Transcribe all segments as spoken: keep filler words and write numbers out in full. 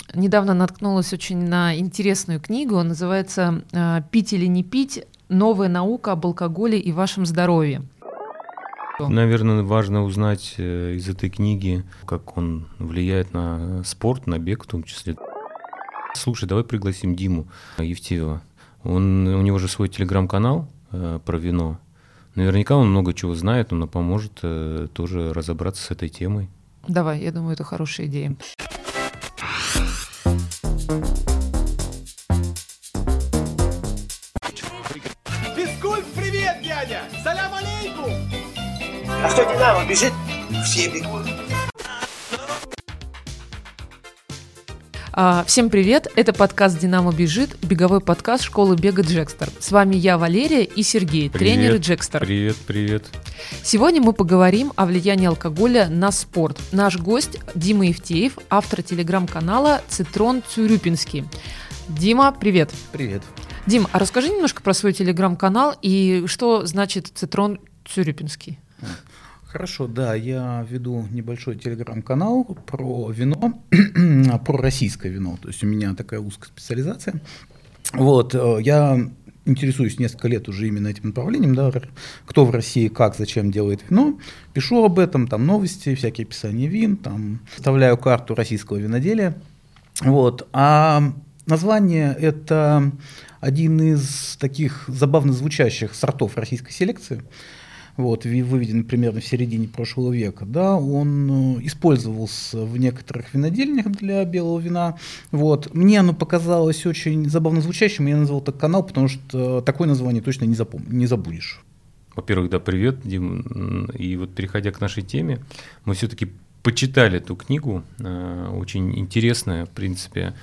недавно наткнулась очень на интересную книгу. Она называется «Пить или не пить. Новая наука об алкоголе и вашем здоровье». Наверное, важно узнать из этой книги, как он влияет на спорт, на бег в том числе. Слушай, давай пригласим Диму Евтеева. Он, у него же свой телеграм-канал э, про вино. Наверняка он много чего знает, он нам поможет э, тоже разобраться с этой темой. Давай, я думаю, это хорошая идея. Физкульт, привет, дядя! Салям алейкум! А что Динамо бежит? Все бегут. А, всем привет! Это подкаст «Динамо бежит», беговой подкаст школы бега Джекстер. С вами я, Валерия, и Сергей, Привет, тренеры Джекстер. Привет, привет. Сегодня мы поговорим о влиянии алкоголя на спорт. Наш гость Дима Евтеев, автор телеграм-канала «Цитрон Цюрюпинский». Дима, привет! Привет. Дим, а расскажи немножко про свой телеграм-канал и что значит «Цитрон Цюрюпинский». Хорошо, да, я веду небольшой телеграм-канал про вино, про российское вино, то есть у меня такая узкая специализация. Вот, я интересуюсь несколько лет уже именно этим направлением, да, кто в России, как, зачем делает вино, пишу об этом, там новости, всякие описания вин, там вставляю карту российского виноделия. Вот, а название — это один из таких забавно звучащих сортов российской селекции. Вот, выведен примерно в середине прошлого века, да, он использовался в некоторых винодельнях для белого вина. Вот. Мне оно показалось очень забавно звучащим, я назвал так канал, потому что такое название точно не, запом- не забудешь. Во-первых, да, привет, Дим. И вот переходя к нашей теме, мы все-таки почитали эту книгу, очень интересная, в принципе,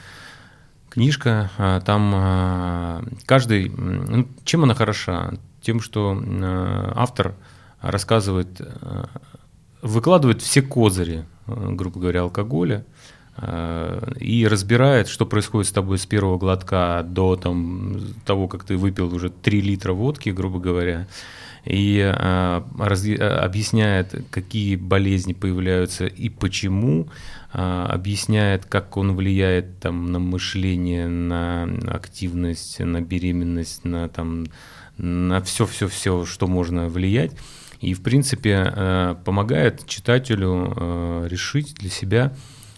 книжка. Там каждый, ну, чем она хороша? Тем, что э, автор рассказывает, э, выкладывает все козыри, э, грубо говоря, алкоголя, э, и разбирает, что происходит с тобой с первого глотка до там, того, как ты выпил уже три литра водки, грубо говоря, и э, раз, объясняет, какие болезни появляются и почему, э, объясняет, как он влияет там, на мышление, на активность, на беременность, на там, на все-все-все, что можно влиять, и, в принципе, помогает читателю решить для себя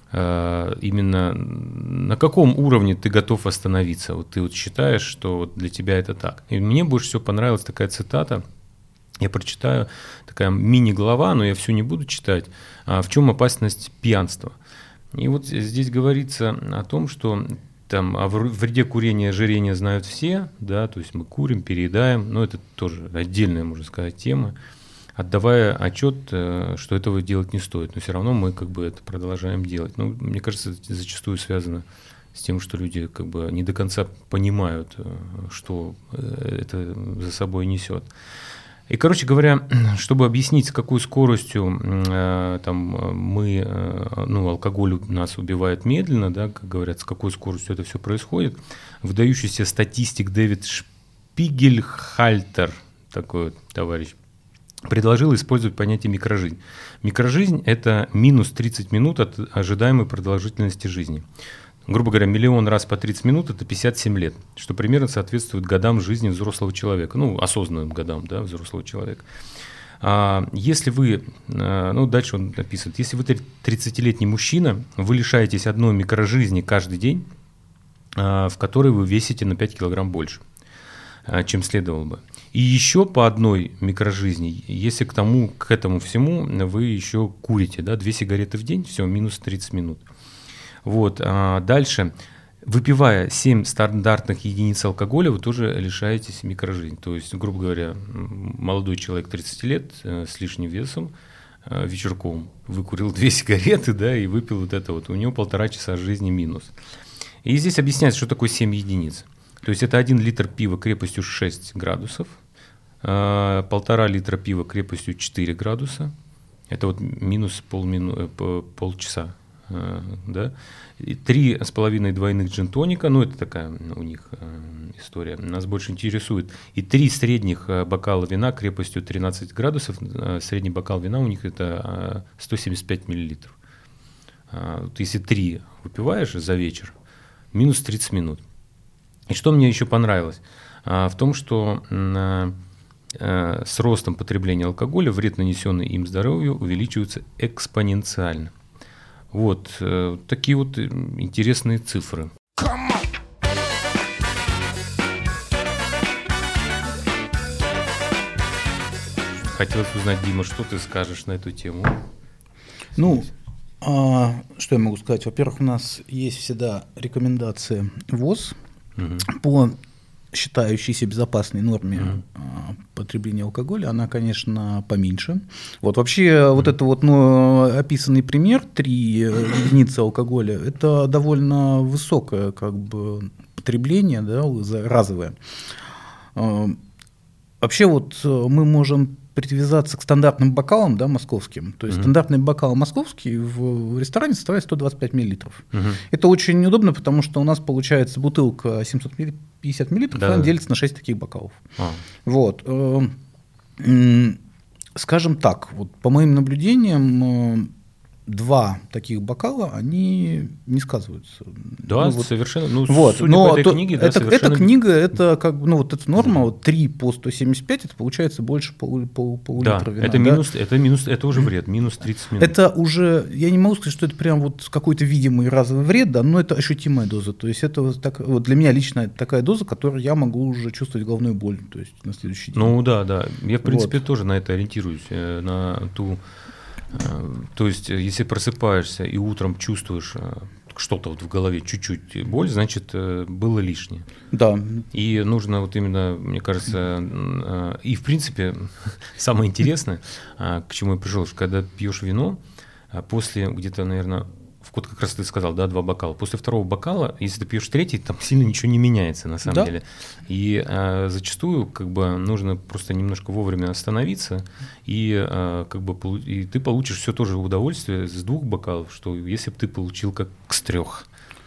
именно на каком уровне ты готов остановиться. Вот ты вот считаешь, что для тебя это так. И мне больше всего понравилась такая цитата, я прочитаю, такая мини-глава, но я всю не буду читать, «В чем опасность пьянства?». И вот здесь говорится о том, что там, о вреде курения и ожирения знают все, да, то есть мы курим, переедаем, но это тоже отдельная, можно сказать, тема, отдавая отчет, что этого делать не стоит, но все равно мы как бы это продолжаем делать. Ну, мне кажется, это зачастую связано с тем, что люди как бы не до конца понимают, что это за собой несет. И, короче говоря, чтобы объяснить, с какой скоростью э, там, мы, э, ну, алкоголь нас убивает медленно, да, как говорят, с какой скоростью это все происходит, выдающийся статистик Дэвид Шпигельхальтер, такой вот товарищ, предложил использовать понятие микрожизнь. Микрожизнь – это минус тридцать минут от ожидаемой продолжительности жизни. Грубо говоря, миллион раз по тридцать минут – это пятьдесят семь лет, что примерно соответствует годам жизни взрослого человека, ну, осознанным годам, да, взрослого человека. А если вы, ну, дальше он написано, если вы тридцатилетний мужчина, вы лишаетесь одной микрожизни каждый день, в которой вы весите на пять килограмм больше, чем следовало бы. И еще по одной микрожизни, если к тому, к этому всему вы еще курите, да, две сигареты в день, все, минус тридцать минут. Вот, а дальше, выпивая семь стандартных единиц алкоголя, вы тоже лишаетесь микрожизни. То есть, грубо говоря, молодой человек тридцать лет э, с лишним весом э, вечерком выкурил две сигареты, да, и выпил вот это вот. У него полтора часа жизни минус. И здесь объясняется, что такое семь единиц. То есть это один литр пива крепостью шесть градусов, э, полтора литра пива крепостью четыре градуса. Это вот минус полмину, э, полчаса. Да? Три с половиной двойных джин-тоника, ну это такая у них э, история, нас больше интересует. И три средних бокала вина крепостью тринадцать градусов, средний бокал вина у них это сто семьдесят пять миллилитров. вот если три выпиваешь за вечер, минус тридцать минут. И что мне еще понравилось? В том, что с ростом потребления алкоголя вред, нанесенный им здоровью, увеличивается экспоненциально. Вот такие вот интересные цифры. Хотелось узнать, Дима, что ты скажешь на эту тему? Ну, а, что я могу сказать? Во-первых, у нас есть всегда рекомендации ВОЗ угу. по считающейся безопасной норме угу. а, потребления алкоголя. Она, конечно, поменьше. Вот вообще угу. вот это вот ну, описанный пример, три единицы алкоголя, это довольно высокое как бы потребление, да, разовое. А, вообще вот мы можем привязаться к стандартным бокалам, да, московским. То есть uh-huh. стандартный бокал московский в, в ресторане составляет сто двадцать пять миллилитров. Uh-huh. Это очень неудобно, потому что у нас получается бутылка семьсот пятьдесят миллилитров, да, она да. делится на шесть таких бокалов. Uh-huh. Вот. Скажем так, вот по моим наблюдениям, два таких бокала, они не сказываются. Да, ну, вот, совершенно. Ну, вот, судя но по этой то, книге, да, это, совершенно... эта книга, это как бы, ну вот эта норма, mm-hmm. вот три по сто семьдесят пять, это получается больше полу, полу, полулитра да, вина. Это, да? минус, это, минус, это уже вред, минус тридцать минут. Это уже, я не могу сказать, что это прям вот какой-то видимый разовый вред, да, но это ощутимая доза. То есть это вот, так, вот для меня лично это такая доза, которую я могу уже чувствовать головную боль, то есть на следующий день. Ну да, да. Я в принципе вот. тоже на это ориентируюсь, на ту... То есть, если просыпаешься и утром чувствуешь что-то вот в голове, чуть-чуть боль, значит, было лишнее. Да. И нужно вот именно, мне кажется, и в принципе, самое интересное, к чему я пришел, что когда пьешь вино, после где-то, наверное, вот как раз ты сказал, да, два бокала. После второго бокала, если ты пьешь третий, там сильно ничего не меняется на самом да. деле. И а, зачастую как бы нужно просто немножко вовремя остановиться, и, а, как бы, и ты получишь все то же удовольствие с двух бокалов, что если бы ты получил как с трех.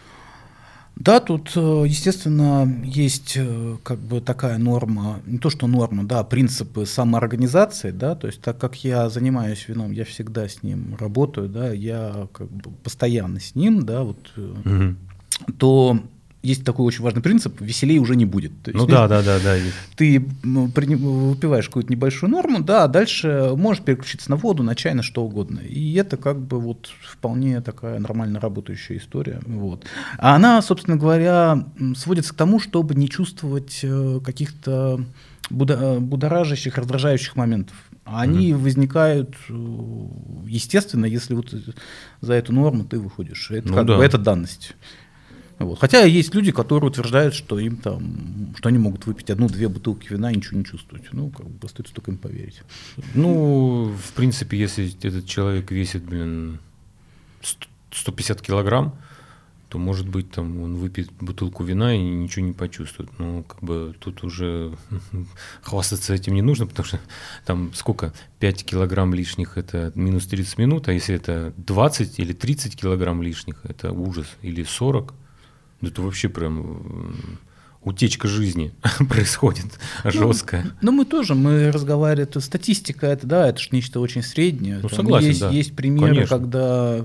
Да, тут, естественно, есть как бы такая норма, не то что норма, да, принципы самоорганизации, да, то есть так как я занимаюсь вином, я всегда с ним работаю, да, я как бы постоянно с ним, да, вот, угу. то есть такой очень важный принцип: веселее уже не будет. То есть, ну да, да, да, да. Ты выпиваешь какую-то небольшую норму, да, а дальше можешь переключиться на воду, на чай, на что угодно. И это как бы вот вполне такая нормально работающая история. Вот. А она, собственно говоря, сводится к тому, чтобы не чувствовать каких-то будоражащих, раздражающих моментов. Они mm-hmm. возникают, естественно, если вот за эту норму ты выходишь. Это, ну, как да. бы, это данность. Вот. Хотя есть люди, которые утверждают, что им там, что они могут выпить одну-две бутылки вина и ничего не чувствовать. Ну, как бы остается только им поверить. Ну, в принципе, если этот человек весит, блин, сто пятьдесят килограмм, то, может быть, там он выпьет бутылку вина и ничего не почувствует. Но как бы тут уже хвастаться этим не нужно, потому что там сколько? пять килограмм лишних – это минус тридцать минут, а если это двадцать или тридцать килограмм лишних – это ужас. Или сорок – это вообще прям утечка жизни происходит жесткая. Ну, ну, мы тоже, мы разговариваем, статистика это, да, это же нечто очень среднее. Ну, согласен, есть, да. Есть примеры, конечно. Когда,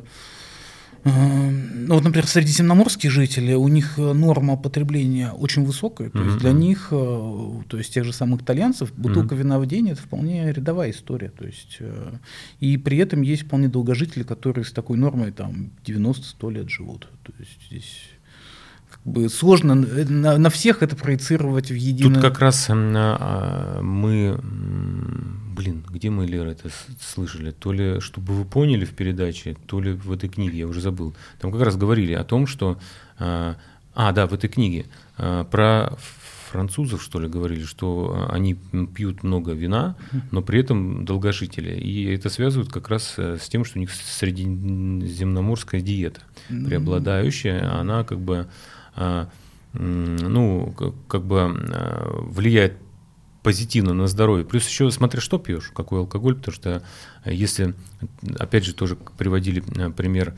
э, ну, вот, например, средиземноморские жители, у них норма потребления очень высокая, то mm-hmm. есть для них, э, то есть тех же самых итальянцев, бутылка mm-hmm. вина в день – это вполне рядовая история, то есть, э, и при этом есть вполне долгожители, которые с такой нормой там девяносто-сто лет живут, то есть здесь… Как бы сложно на, на всех это проецировать в единое. Тут как раз а, мы, блин, где мы, Лера, это слышали? То ли, чтобы вы поняли в передаче, то ли в этой книге, я уже забыл. Там как раз говорили о том, что, а, а да, в этой книге, а, про французов, что ли, говорили, что они пьют много вина, но при этом долгожители. И это связывают как раз с тем, что у них средиземноморская диета преобладающая, она как бы… ну, как бы влияет позитивно на здоровье. Плюс еще смотря что пьешь, какой алкоголь, потому что если, опять же, тоже приводили пример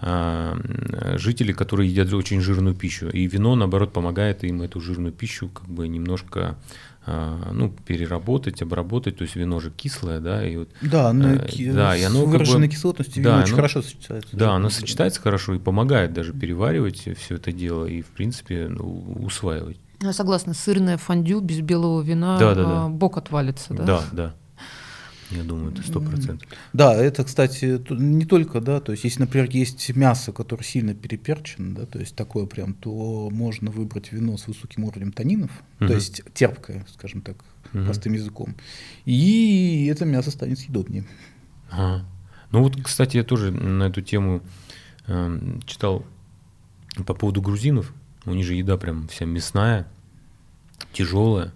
жителей, которые едят очень жирную пищу, и вино, наоборот, помогает им эту жирную пищу как бы немножко ну, переработать, обработать, то есть вино же кислое, да, и вот, да, оно, э, ки- да, и оно с выраженной как бы, кислотностью да, вино очень оно, хорошо сочетается. Да, оно сочетается хорошо и помогает даже переваривать все это дело и, в принципе, ну, усваивать. Я согласна, сырное фондю без белого вина да, да, да. бок отвалится, да? Да, да. Я думаю, это сто процентов. Да, это, кстати, не только, да, то есть, если, например, есть мясо, которое сильно переперчено, да, то есть такое прям, то можно выбрать вино с высоким уровнем танинов, uh-huh. то есть терпкое, скажем так, uh-huh. простым языком, и это мясо станет съедобнее. Ага. Ну вот, кстати, я тоже на эту тему э, читал по поводу грузинов, у них же еда прям вся мясная, тяжелая.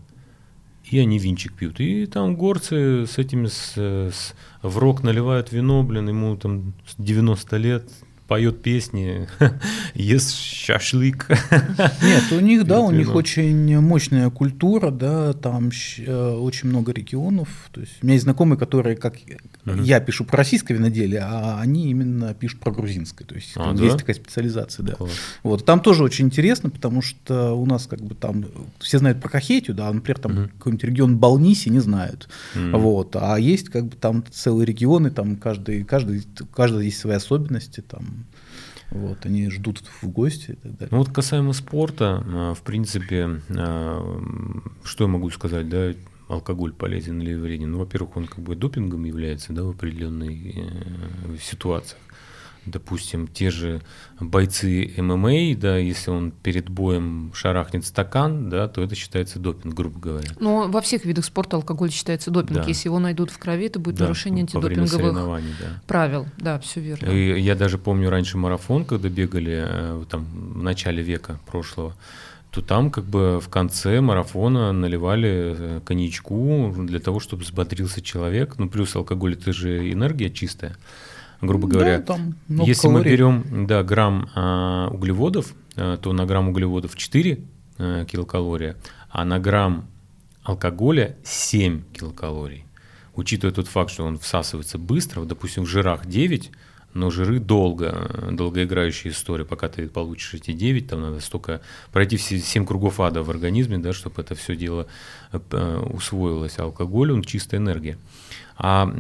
И они винчик пьют. И там горцы с этими с, с, в рог наливают вино, блин, ему там девяносто лет, поет песни, ест шашлык. Нет, у них, да, у них очень мощная культура, да, там очень много регионов. То есть у меня есть знакомые, которые, как uh-huh. я пишу про российское виноделие, а они именно пишут про грузинское. То есть а, есть да? такая специализация, да. Вот, там тоже очень интересно, потому что у нас как бы там все знают про Кахетию, да, например, там uh-huh. какой-нибудь регион Балниси не знают. Uh-huh. Вот, а есть как бы там целые регионы, там каждый, каждый, каждый есть свои особенности, там. Вот, они ждут в гости и так далее. Ну вот касаемо спорта, в принципе, что я могу сказать, да, алкоголь полезен или вреден? Ну, во-первых, он как бы допингом является, да, в определенной ситуациях. Допустим, те же бойцы эм эм а, да, если он перед боем шарахнет стакан, да, то это считается допинг, грубо говоря. Но во всех видах спорта алкоголь считается допинг. Да. Если его найдут в крови, это будет да, нарушение антидопинговых да. правил. Да, все верно. И я даже помню раньше марафон, когда бегали там, в начале века прошлого, то там как бы в конце марафона наливали коньячку для того, чтобы взбодрился человек. Ну, плюс алкоголь – это же энергия чистая. Грубо говоря, да, там если калорий. Мы берем да, грамм а, углеводов, а, то на грамм углеводов четыре а, килокалории, а на грамм алкоголя семь килокалорий. Учитывая тот факт, что он всасывается быстро, вот, допустим, в жирах девять, но жиры долго, долгоиграющая история, пока ты получишь эти девять, там надо столько пройти все семь кругов ада в организме, да, чтобы это все дело а, усвоилось. А алкоголь, он чистая энергия. А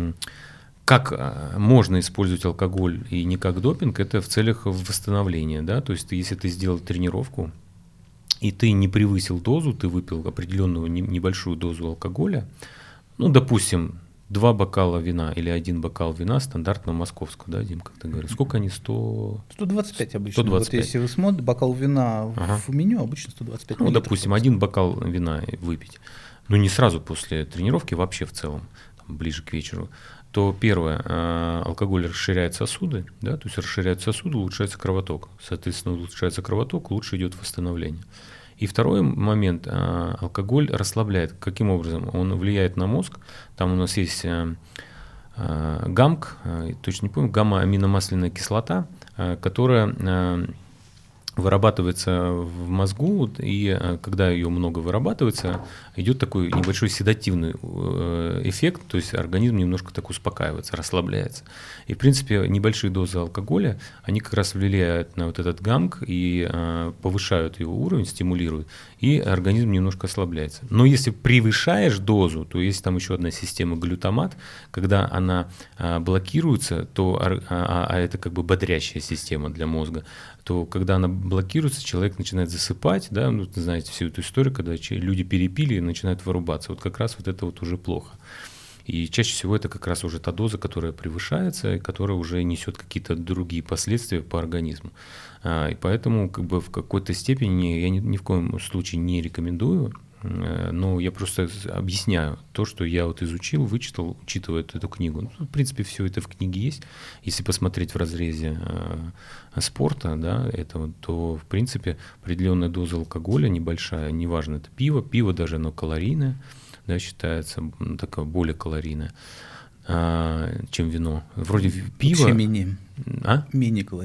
как можно использовать алкоголь и не как допинг, это в целях восстановления, да, то есть ты, если ты сделал тренировку и ты не превысил дозу, ты выпил определенную небольшую дозу алкоголя, ну, допустим, два бокала вина или один бокал вина стандартного московского, да, Дим, как ты говоришь, сколько они, сто... сто двадцать пять обычно, сто двадцать пять. Вот если вы смотрите, бокал вина ага. в меню обычно сто двадцать пять Ну, миллилитров. допустим, один бокал вина выпить, ну, не сразу после тренировки, вообще в целом, там, ближе к вечеру, то первое, алкоголь расширяет сосуды, да, то есть расширяет сосуды, улучшается кровоток. Соответственно, улучшается кровоток, лучше идет восстановление. И второй момент, алкоголь расслабляет. Каким образом? Он влияет на мозг. Там у нас есть гамк, точно не помню, гамма-аминомасляная кислота, которая вырабатывается в мозгу, и когда ее много вырабатывается, идет такой небольшой седативный эффект, то есть организм немножко так успокаивается, расслабляется. И, в принципе, небольшие дозы алкоголя, они как раз влияют на вот этот гамк и повышают его уровень, стимулируют, и организм немножко ослабляется. Но если превышаешь дозу, то есть там еще одна система глютамат, когда она блокируется, то, а, а это как бы бодрящая система для мозга, то когда она блокируется, человек начинает засыпать, да, ну, вы знаете всю эту историю, когда люди перепили и начинают вырубаться. Вот как раз вот это вот уже плохо. И чаще всего это как раз уже та доза, которая превышается, и которая уже несет какие-то другие последствия по организму. И поэтому как бы в какой-то степени я ни, ни в коем случае не рекомендую, но я просто объясняю то, что я вот изучил, вычитал, учитывая эту книгу. Ну, в принципе, все это в книге есть. Если посмотреть в разрезе э, спорта, да, этого, то, в принципе, определенная доза алкоголя небольшая, неважно, это пиво, пиво даже оно калорийное, да, считается, такое более калорийное, а, чем вино. Вроде пиво... Вообще менее, а? менее калорийным.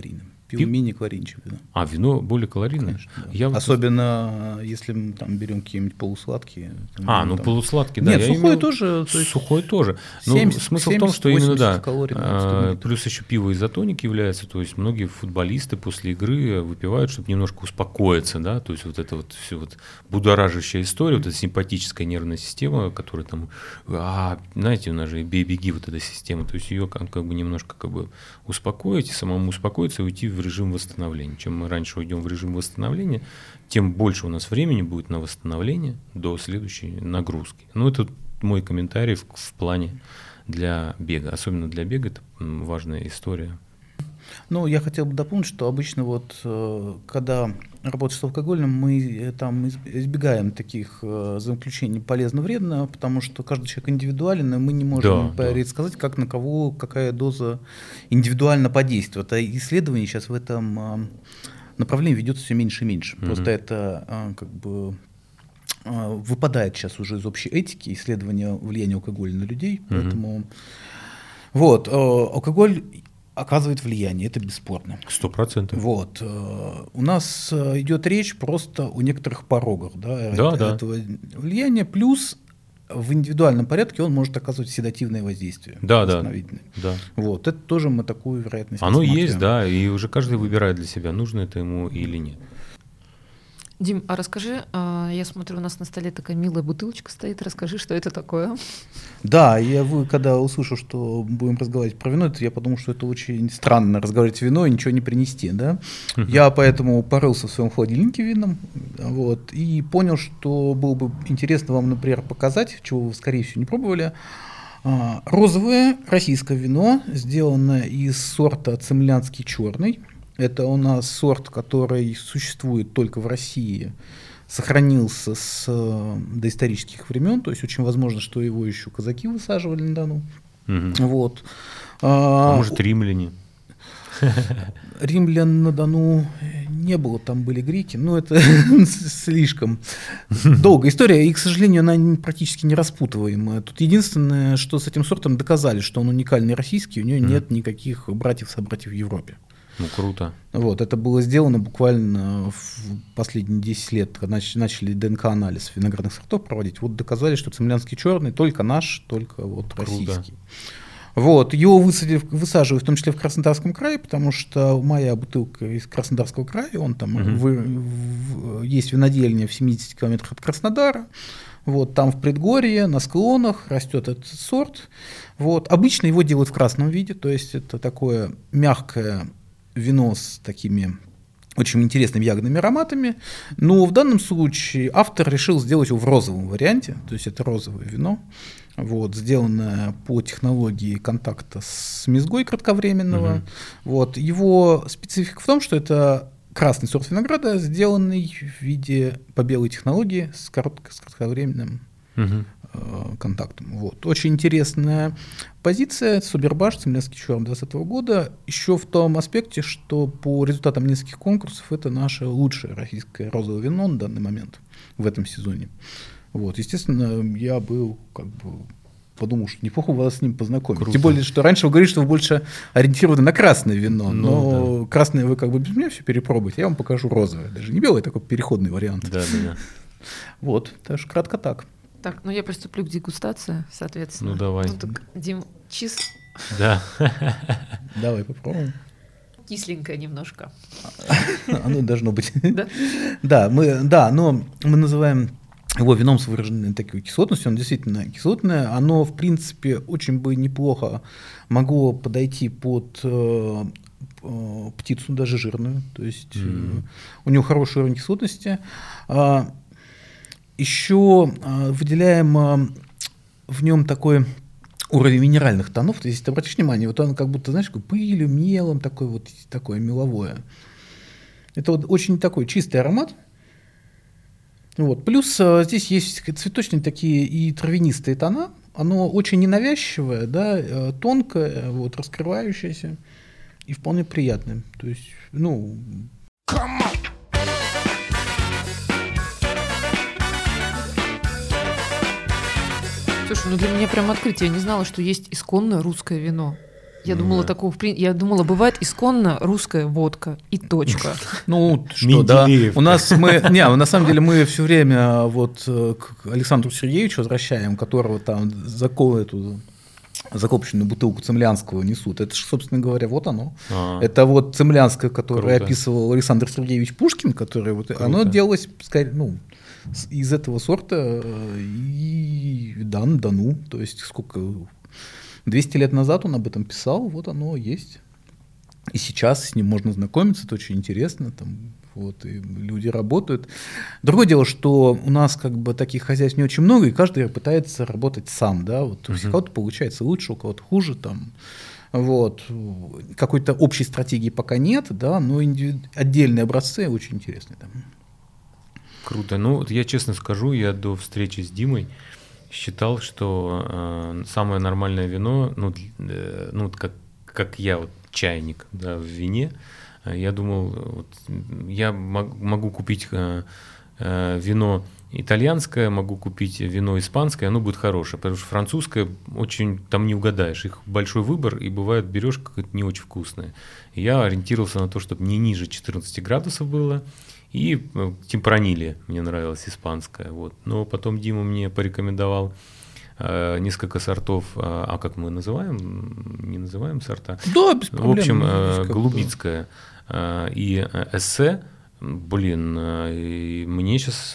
Пиво Пив- менее калорийнее, чем вино. А, вино более калорийное? Конечно, да. Я вот- Особенно если мы там берем какие-нибудь полусладкие. там, А, ну там- полусладкий, да. Нет, я сухой имел- тоже. То есть Сухой тоже. Ну, семьдесят, смысл в том, что именно, семьдесят, да, восемьдесят калорий на сто а, миллилитров. плюс еще пиво изотоник является, то есть многие футболисты после игры выпивают, чтобы немножко успокоиться, да, то есть вот это вот все вот будоражащая история, вот эта симпатическая нервная система, которая там, а, знаете, у нас же бей-беги вот эта система, то есть ее как, как бы немножко как бы успокоить, и самому успокоиться и уйти в режим восстановления. Чем мы раньше уйдем в режим восстановления, тем больше у нас времени будет на восстановление до следующей нагрузки. Ну, это мой комментарий в, в плане для бега. Особенно для бега это м, важная история. Ну, я хотел бы дополнить, что обычно вот, э, когда работаешь с алкоголем, мы э, там из- избегаем таких э, заключений полезно-вредно, потому что каждый человек индивидуален, и мы не можем Да, да. предсказать, как на кого какая доза индивидуально подействует. А исследований сейчас в этом э, направлении ведется все меньше и меньше. Мгм. Просто это э, как бы э, выпадает сейчас уже из общей этики исследования влияния алкоголя на людей, Мгм. поэтому вот, э, алкоголь оказывает влияние, это бесспорно. Сто процентов. Вот. э, У нас э, идет речь просто о некоторых порогах, да, Да, это- да. этого влияния, плюс в индивидуальном порядке он может оказывать седативное воздействие. Да, да. восстановительное. Да. Вот, это тоже мы такую вероятность Оно рассматриваем. есть, да, и уже каждый выбирает для себя, нужно это ему или нет. Дим, а расскажи, а, я смотрю, у нас на столе такая милая бутылочка стоит, расскажи, что это такое. Да, я вы, когда услышал, что будем разговаривать про вино, это я подумал, что это очень странно разговаривать вино и ничего не принести, да. Я поэтому порылся в своем холодильнике винном, вот, и понял, что было бы интересно вам, например, показать, чего вы, скорее всего, не пробовали. А, Розовое российское вино, сделанное из сорта цемлянский черный. Это у нас сорт, который существует только в России, сохранился с э, доисторических времен, то есть очень возможно, что его еще казаки высаживали на Дону. Мгм. Вот. А А, может, римляне? Римлян на Дону не было, там были греки, но это слишком долгая история, и, к сожалению, она не- практически не распутываемая. Тут единственное, что с этим сортом доказали, что он уникальный российский, у него Мгм. нет никаких братьев-собратьев в Европе. Ну, круто. Вот, это было сделано буквально в последние десять лет, когда нач- начали ДНК-анализ виноградных сортов проводить. Вот доказали, что цемлянский черный только наш, только вот Круто. российский. Вот, его высадили, высаживают в том числе в Краснодарском крае, потому что моя бутылка из Краснодарского края, он там Мгм. вы- в- есть винодельня в семидесяти километрах от Краснодара. Вот, там в предгорье, на склонах растет этот сорт. Вот, обычно его делают в красном виде, то есть это такое мягкое вино с такими очень интересными ягодными ароматами, но в данном случае автор решил сделать его в розовом варианте, то есть это розовое вино, вот, сделанное по технологии контакта с мезгой кратковременного. Мгм. Вот, его специфика в том, что это красный сорт винограда, сделанный в виде по белой технологии с, коротко, с кратковременным Мгм. э, контактом. Вот. Очень интересная позиция. Субербаш, цемлянский черный двадцатого года, еще в том аспекте, что по результатам нескольких конкурсов это наше лучшее российское розовое вино на данный момент в этом сезоне. Вот. Естественно, я был как бы подумал, что неплохо вас с ним познакомить. Круто. Тем более, что раньше вы говорили, что вы больше ориентированы на красное вино, Ну, но красное вы как бы без меня все перепробуете, я вам покажу розовое. Даже не белое, такой переходный вариант. Да, да, да. Вот, так что кратко так. Так, ну я приступлю к дегустации, соответственно. Ну, давай. так, Дим, чиз Да. Давай попробуем. кисленькое немножко. Оно должно быть. Да? Да, мы, да, но мы называем его вином с выраженной такой кислотностью, оно действительно кислотное, оно, в принципе, очень бы неплохо могло подойти под э, э, птицу, даже жирную, то есть э, Мгм. у него хороший уровень кислотности. А, еще а, выделяем а, в нем такой уровень минеральных тонов, то есть, если ты обратишь внимание, вот он как будто, знаешь, такой пылью, мелом, такой вот, такое меловое. Это вот очень такой чистый аромат. Вот. Плюс а, здесь есть цветочные такие и травянистые тона. Оно очень ненавязчивое, да, э, тонкое, вот, раскрывающееся и вполне приятное. То есть, ну, Слушай, ну для меня прям открытие. Я не знала, что есть исконное русское вино. Я Ну думала, да. такого, в прин- я думала, бывает исконно русская водка и точка. Ну, что, да. Менделеевка. У нас мы, не, на самом деле мы все время вот э, к Александру Сергеевичу возвращаем, которого там закол эту закопченную бутылку цемлянского несут. Это же, собственно говоря, вот оно. А. Это вот цемлянское, которое Круто. описывал Александр Сергеевич Пушкин, которое вот, оно делалось, скорее, ну, с- из этого сорта э, и да, на Дону. То есть сколько, двести лет назад он об этом писал, вот оно есть. И сейчас с ним можно знакомиться, это очень интересно, там, вот, и люди работают. Другое дело, что у нас как бы таких хозяйств не очень много, и каждый пытается работать сам, да, вот, у Мгм. кого-то получается лучше, у кого-то хуже, там, вот, какой-то общей стратегии пока нет, да, но индиви- отдельные образцы очень интересные там. Круто. Ну, вот я честно скажу, я до встречи с Димой считал, что э, самое нормальное вино, ну, дл- э, ну вот как, как я, вот чайник, да, в вине, э, я думал, вот, м, я мог- могу купить э, э, вино итальянское, могу купить вино испанское, оно будет хорошее, потому что французское очень там не угадаешь, их большой выбор, и бывает берешь какое-то не очень вкусное. И я ориентировался на то, чтобы не ниже четырнадцати градусов было, и э, темпранилья мне нравилась испанская. Вот. Но потом Дима мне порекомендовал э, несколько сортов, э, а как мы называем? Не называем сорта. Да, без проблем. В общем, э, Здесь как бы- голубицкая э, и э, эссе. Блин, э, и мне сейчас,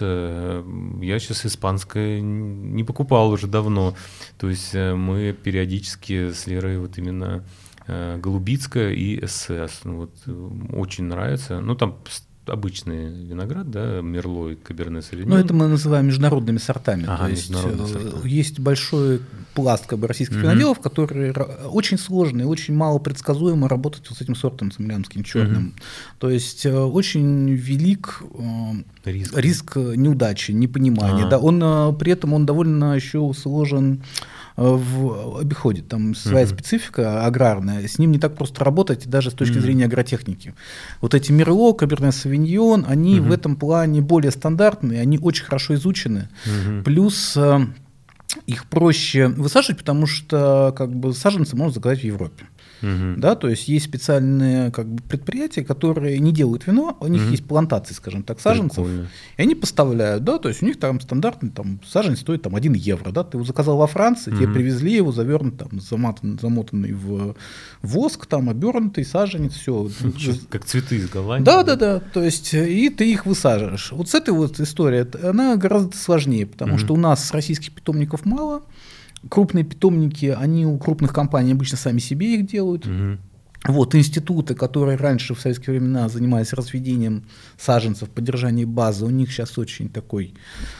я сейчас испанское не покупал уже давно. То есть э, мы периодически с Лерой вот именно э, голубицкая и эссе. Ну, вот, э, очень нравится. Ну, там с- обычный виноград, да, Мерло и Каберне Совиньон. Ну, это мы называем международными сортами. Ага, То есть, международные э, сорта. есть большой пласт как бы, российских Мгм. виноделов, которые ра- очень сложные, очень мало предсказуемо работать вот с этим сортом цемлянским черным. Мгм. То есть э, очень велик э, Риск. риск неудачи, непонимания. Ага. Да, он, э, при этом он довольно еще сложен э, в обиходе. Там своя Мгм. специфика аграрная. С ним не так просто работать даже с точки Мгм. зрения агротехники. Вот эти Мерло, Каберне Совиньон, они Мгм. в этом плане более стандартные, они очень хорошо изучены. Мгм. Плюс э, их проще высаживать, потому что как бы саженцы можно заказать в Европе. Мгм. Да, то есть есть специальные как бы, предприятия, которые не делают вино, у них Мгм. есть плантации, скажем так, саженцев, Прикольно. и они поставляют, да, то есть у них там стандартный там, саженец стоит там один евро, да, ты его заказал во Франции, тебе Мгм. привезли его завернут, там, заматан- замотанный в воск, там, обернутый саженец, все. Как цветы из Голландии. Да, да, да. То есть, э, и ты их высаживаешь. Вот с этой вот историей, т- она гораздо сложнее, потому Мгм. что у нас российских питомников мало. Крупные питомники, они у крупных компаний обычно сами себе их делают. Мгм. Вот институты, которые раньше в советские времена занимались разведением саженцев, поддержанием базы, у них сейчас очень такой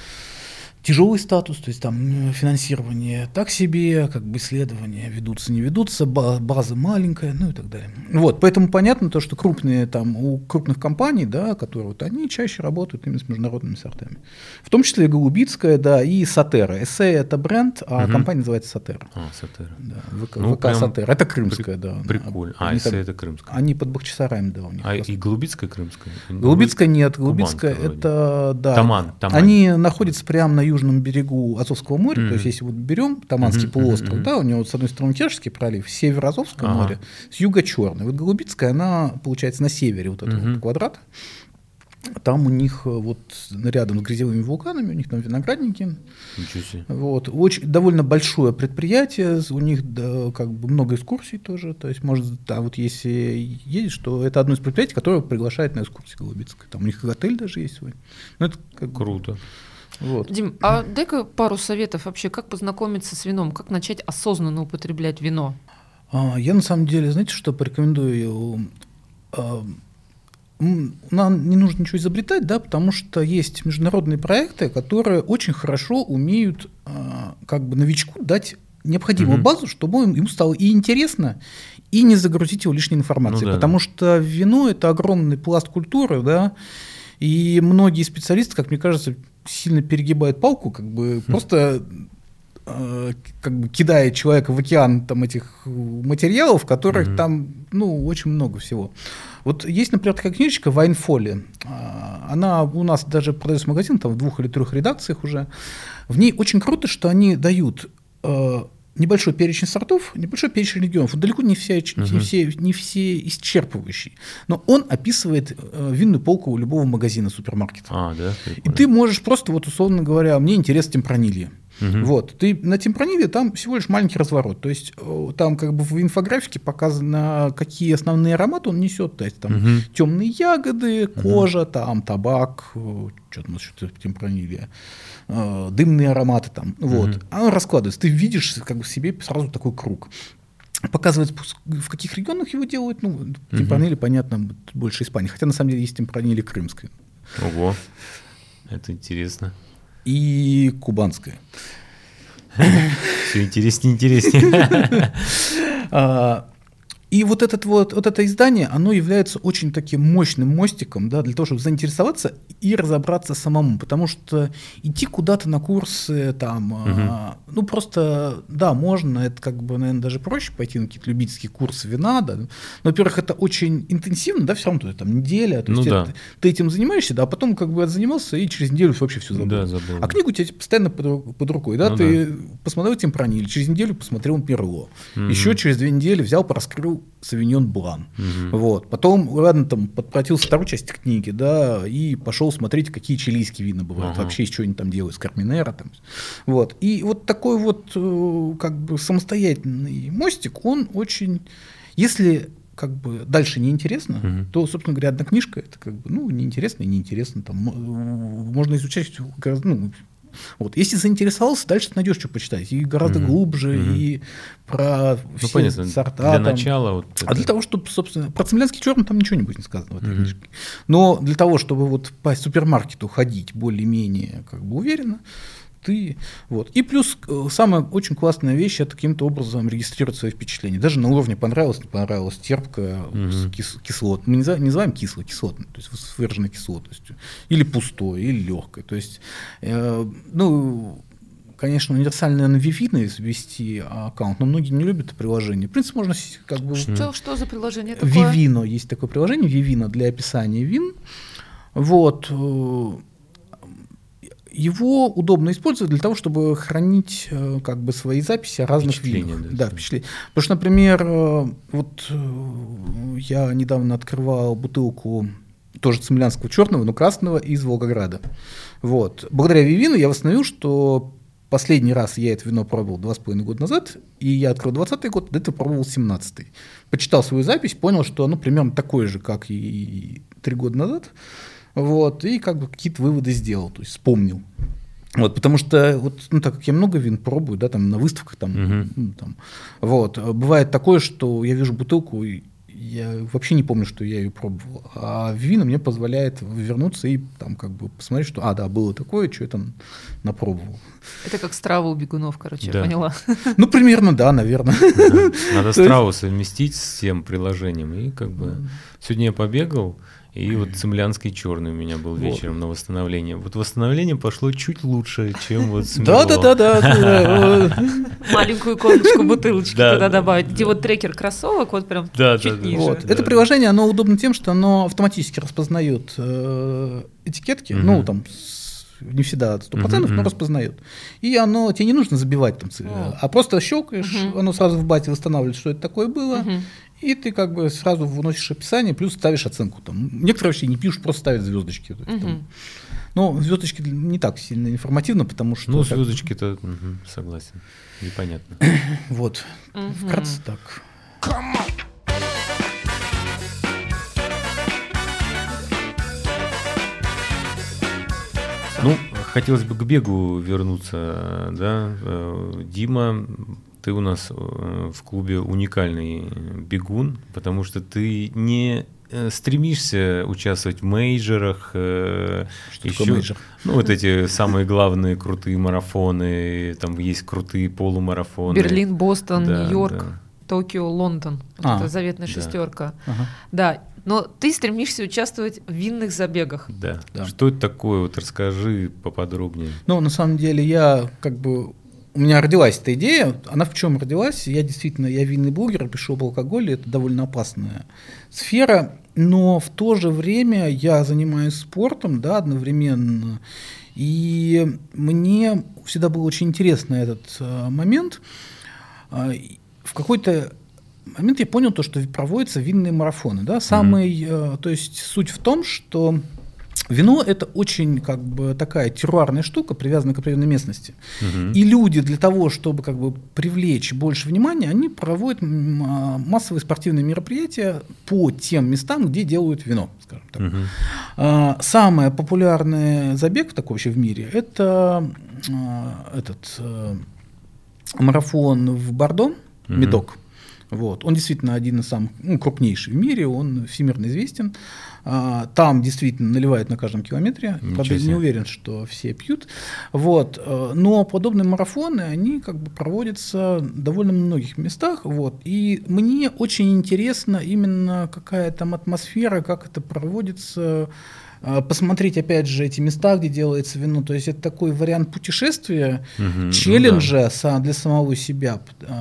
тяжелый статус, то есть там э, финансирование так себе, как бы исследования ведутся, не ведутся, ба- база маленькая, ну и так далее. Вот, поэтому понятно то, что крупные там, у крупных компаний, да, которые вот, они чаще работают именно с международными сортами. В том числе и Голубицкая, да, и Сатера. Эссе – это бренд, а Мгм. компания называется Сатера. А, Сатера. Да, ВК, Ну, ВК прям Сатера. Это крымская, да. она. Прикольно. А, Они если там- это крымская. Они под Бахчисараем, да, у них. А классно. и голубицкая крымская? Голубицкая нет, Кубанка Голубицкая вроде. это, да. Таман, Тамань. Они находятся прямо на южном берегу Азовского моря, Мгм. то есть если вот берем Таманский Мгм, полуостров, мгм, да, у него вот с одной стороны Керченский пролив, с севера Азовское Ага. море, с юга Черный. Вот Голубицкая, она получается на севере вот этого Мгм. вот квадрата. Там у них э, вот рядом с грязевыми вулканами, у них там виноградники. Ничего себе. Вот. Очень, довольно большое предприятие, у них да, как бы много экскурсий тоже. То есть, может, да, вот если едешь, то это одно из предприятий, которое приглашает на экскурсии Голубицкой. Там у них отель даже есть свой. Ну, это как бы- Круто. Вот. Дим, а дай-ка пару советов вообще, как познакомиться с вином, как начать осознанно употреблять вино? А, Я на самом деле, знаете, что порекомендую? А, м, Нам не нужно ничего изобретать, да, потому что есть международные проекты, которые очень хорошо умеют а, как бы новичку дать необходимую Мгм. базу, чтобы ему стало и интересно, и не загрузить его лишней информацией. Ну да, потому да. что вино – это огромный пласт культуры, да, и многие специалисты, как мне кажется, сильно перегибают палку, как бы просто э, как бы кидая человека в океан там, этих э, материалов, которых Мгм. там ну, очень много всего. Вот есть, например, такая книжечка «Вайнфоли». А, Она у нас даже продается в магазине, там в двух или трех редакциях уже. В ней очень круто, что они дают э, небольшой перечень сортов, небольшой перечень регионов. Он далеко не все, Uh-huh. не все, не все исчерпывающий. Но он описывает э, винную полку у любого магазина, супермаркета. А, да? И ты можешь просто, вот условно говоря, мне интересно темпранилье. Мгм. Вот, ты на темпраниле там всего лишь маленький разворот, то есть э, там как бы в инфографике показано, какие основные ароматы он несет, то есть там Мгм. темные ягоды, кожа, там табак, э, что там еще в темпраниле, э, дымные ароматы там, вот. Мгм. А он раскладывается, ты видишь как бы в себе сразу такой круг. Показывает, в каких регионах его делают, ну, темпраниле, понятно, больше Испании, хотя на самом деле есть темпраниле крымское. Ого, это интересно. И кубанское. Все интереснее и интереснее. А, И вот, этот вот, вот это издание, оно является очень таким мощным мостиком, да, для того, чтобы заинтересоваться и разобраться самому. Потому что идти куда-то на курсы, там, а, ну просто, да, можно, это как бы, наверное, даже проще пойти на какие-то любительские курсы вина, да. Но, во-первых, это очень интенсивно, да, все равно то, там неделя, то Ну есть да. это- ты этим занимаешься, да, а потом как бы занимался и через неделю вообще все забыл. Да, забыл. А книгу у тебя постоянно под, ру- под рукой, да, Ну ты посмотрел темпраниль, через неделю посмотрел Мерло, Мгм. еще через две недели взял, пораскрыл Савиньон Блан. Мгм. Вот. Потом, ладно, там подплатился вторую часть книги, да, и пошел смотреть, какие чилийские вина бывают, Ага. вообще, что они там делают с Карминера. Там. Вот. И вот такой вот э, как бы самостоятельный мостик, он очень, если как бы дальше неинтересно, Мгм. то, собственно говоря, одна книжка, это как бы, ну, неинтересно и неинтересно. Там, м, можно изучать, гораздо, ну, вот. Если заинтересовался, дальше ты найдешь, что почитать. И гораздо Мгм. глубже, Мгм. и про Ну, все понятно, сорта. для там. начала вот А это- для того, чтобы, собственно, про цемлянский черный там ничего не будет сказано в этой Мгм. книжке. Но для того, чтобы вот по супермаркету ходить более-менее как бы уверенно, ты вот. И плюс э, самая очень классная вещь — это каким-то образом регистрировать свои впечатления. Даже на уровне понравилось, не понравилось, терпкое, Мгм. с кис- кислот. Мы не, за- не называем кисло, кислотное, то есть с выраженной кислотностью. Или пустое, или легкое. То есть, э, ну, конечно, универсально, наверное, Vivino ввести аккаунт, но многие не любят это приложение. В принципе, можно с- как бы... Что, что за приложение такое? Vivino, есть такое приложение, Vivino для описания вин. Вот. э, Его удобно использовать для того, чтобы хранить э, как бы свои записи о разных Впечатления, винах. да, Да, впечатления. Потому что, например, э, вот э, я недавно открывал бутылку тоже цемлянского черного, но красного из Волгограда. Вот. Благодаря Vivino я восстановил, что последний раз я это вино пробовал два с половиной года назад, и я открыл двадцатый год, до этого пробовал семнадцатый. Почитал свою запись, понял, что оно примерно такое же, как и три года назад. Вот, и как бы какие-то выводы сделал, то есть вспомнил. Вот, потому что, вот, ну, так как я много вин пробую, да, там на выставках, там, Мгм. ну, там, вот, бывает такое, что я вижу бутылку, и я вообще не помню, что я ее пробовал. А вино мне позволяет вернуться и там как бы посмотреть, что, а, да, было такое, что я там напробовал. Это как страва у бегунов, короче, Да. я поняла. Ну, примерно, да, наверное. Да. Надо То есть- страву совместить с тем приложением. И как бы сегодня я побегал, и вот цемлянский черный у меня был Вот. вечером на восстановление. Вот восстановление пошло чуть лучше, чем вот с Да, да, Мерло. да, да. Маленькую коночку бутылочки Да, туда да, добавить. да. Где вот трекер кроссовок, вот прям Да, чуть да, да. ниже. Вот. Да. Это приложение, оно удобно тем, что оно автоматически распознает э, этикетки, Мгм. ну, там, с- не всегда сто процентов, Мгм, но мгм. распознает. И оно, тебе не нужно забивать там, ц- О. а просто щелкаешь, Мгм. оно сразу в бате восстанавливает, что это такое было, Мгм. и ты как бы сразу выносишь описание, плюс ставишь оценку. Там. Некоторые вообще не пишут, просто ставят звездочки. То есть, там. Мгм. Но звездочки не так сильно информативно, потому что... Ну, так- звездочки-то, мгм, согласен. Непонятно. Вот. Мгм. Вкратце так. Ну, хотелось бы к бегу вернуться, да. Э, Дима, ты у нас э, в клубе уникальный бегун, потому что ты не э, стремишься участвовать в мейджорах, э, Что еще, такое мейджор? ну вот эти самые главные крутые марафоны, там есть крутые полумарафоны. Берлин, Бостон, Да, Нью-Йорк, да. Токио, Лондон. Вот А, это заветная да. шестерка. Ага. Да, но ты стремишься участвовать в винных забегах. Да. Да. Что это такое? Вот расскажи поподробнее. Ну, на самом деле, я как бы... У меня родилась эта идея. Она в чем родилась? Я действительно, я винный блогер, пишу об алкоголе. Это довольно опасная сфера. Но в то же время я занимаюсь спортом, да, одновременно. И мне всегда был очень интересный этот э, момент. в какой-то момент я понял то, что проводятся винные марафоны. Да? Самый, mm-hmm. То есть суть в том, что вино – это очень как бы такая терруарная штука, привязанная к определенной местности. Uh-huh. И люди для того, чтобы как бы привлечь больше внимания, они проводят массовые спортивные мероприятия по тем местам, где делают вино, скажем так. Uh-huh. Самый популярный забег такой вообще в мире – это этот марафон в Бордо, uh-huh. Медок. Вот. Он действительно один из самых ну, крупнейших в мире, он всемирно известен. А, там действительно наливают на каждом километре. Правда, не уверен, что все пьют. Вот. Но подобные марафоны, они как бы проводятся в довольно многих местах. Вот. И мне очень интересно именно какая там атмосфера, как это проводится. Посмотреть, опять же, эти места, где делается вино. То есть это такой вариант путешествия, угу, челленджа ну да. для самого себя.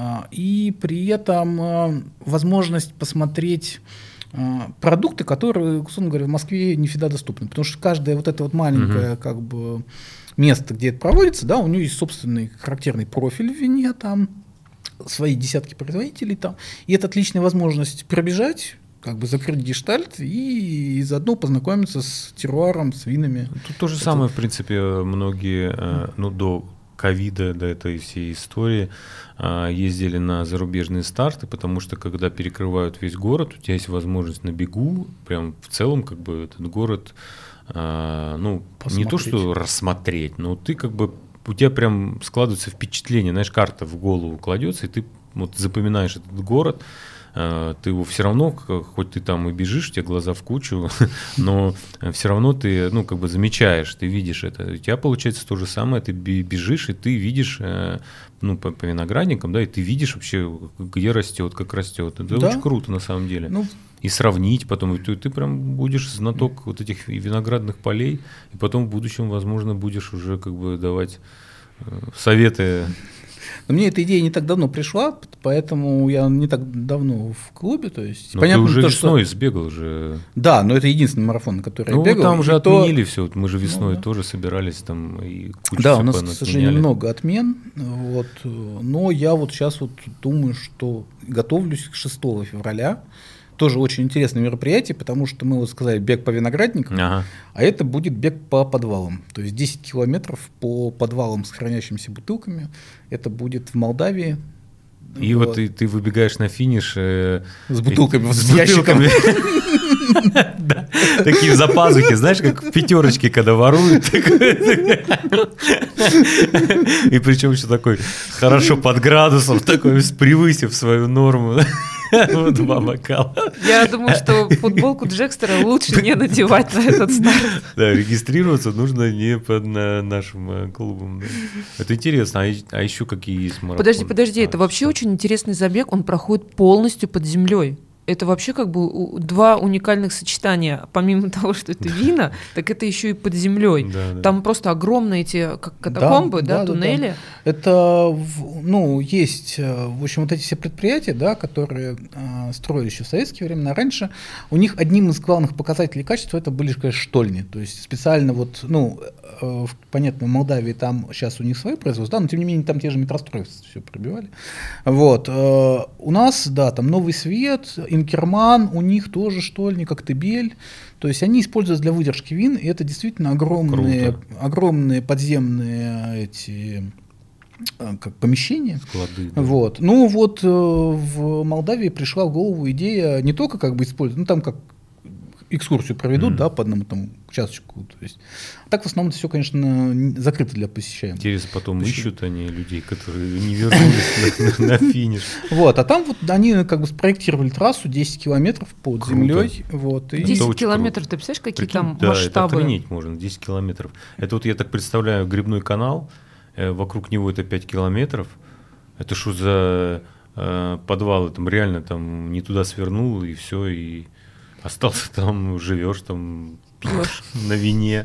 И при этом возможность посмотреть продукты, которые, условно говоря, в Москве не всегда доступны. Потому что каждое вот это вот маленькое угу. как бы, место, где это проводится, да, у нее есть собственный характерный профиль в вине, там, свои десятки производителей. Там, и это отличная возможность пробежать, как бы закрыть гештальт и заодно познакомиться с терруаром, с винами. Тут то же это... самое, в принципе, многие, ну, до ковида, до этой всей истории ездили на зарубежные старты, потому что когда перекрывают весь город, у тебя есть возможность на бегу, прям в целом, как бы, этот город, ну, посмотреть. Не то что рассмотреть, но ты как бы, у тебя прям складывается впечатление, знаешь, карта в голову кладется, и ты вот запоминаешь этот город. Ты его все равно, хоть ты там и бежишь, у тебя глаза в кучу, но все равно ты, ну, как бы замечаешь, ты видишь это. У тебя получается то же самое, ты бежишь, и ты видишь, ну, по, по виноградникам, да, и ты видишь вообще, где растет, как растет. Это да? Очень круто на самом деле. Ну, и сравнить потом, и ты, ты прям будешь знаток вот этих виноградных полей, и потом в будущем, возможно, будешь уже как бы давать советы. Но мне эта идея не так давно пришла, поэтому я не так давно в клубе. То есть, но понятно, ты уже то, весной что... сбегал же. Да, но это единственный марафон, на который ну, я бегал. Там уже то... отменили все. Мы же весной ну, да. тоже собирались там и кучу да, у нас, отменяли. к сожалению, много отмен. Вот, но я вот сейчас вот думаю, что готовлюсь к шестого февраля. Тоже очень интересное мероприятие, потому что мы вот сказали бег по виноградникам, ага. а это будет бег по подвалам. То есть десять километров по подвалам с хранящимися бутылками. Это будет в Молдавии. И вот, вот ты, ты выбегаешь на финиш э, с бутылками, с ящиками. Такие за пазухи, знаешь, как в пятерочке, когда воруют. И причем еще такой хорошо под градусом, такой превысив свою норму. Вот два бокала. Я думаю, что футболку Джекстера лучше не надевать на этот старт. Да, регистрироваться нужно не под на нашим клубом. Да. Это интересно. А, а еще какие есть марафоны? Подожди, подожди, а, это вообще очень интересный забег. Он проходит полностью под землей. Это вообще как бы два уникальных сочетания. Помимо того, что это вина, так это еще и под землей. Да, да. Там просто огромные эти как катакомбы, да, да, да, туннели. Да, да. Это, ну, есть, в общем, вот эти все предприятия, да, которые э, строили еще в советские времена. Раньше у них одним из главных показателей качества это были, конечно, штольни. То есть специально вот, ну, э, понятно, в Молдавии там сейчас у них свои производства, да, но тем не менее там те же метрострой все пробивали. Вот. Э, у нас, да, там Новый Свет, Инкерман, у них тоже штольни, как Тебель. То есть они используются для выдержки вин, и это действительно огромные, огромные подземные эти как помещения. Склады, да. Вот. Ну вот в Молдавии пришла в голову идея не только как бы использовать, ну там как экскурсию проведут, mm-hmm. да, по одному там часочку. То есть. Так в основном все, конечно, закрыто для посещаемых. Интересно, потом Почему? ищут они людей, которые не вернулись на финиш. Вот, а там вот они как бы спроектировали трассу десять километров под землей. десять километров, ты представляешь, какие там масштабы? Да, это охренеть можно, десять километров. Это вот я так представляю грибной канал, вокруг него это пять километров. Это что за подвалы, там реально там не туда свернул и все, и остался там, живешь там пьешь. На вине.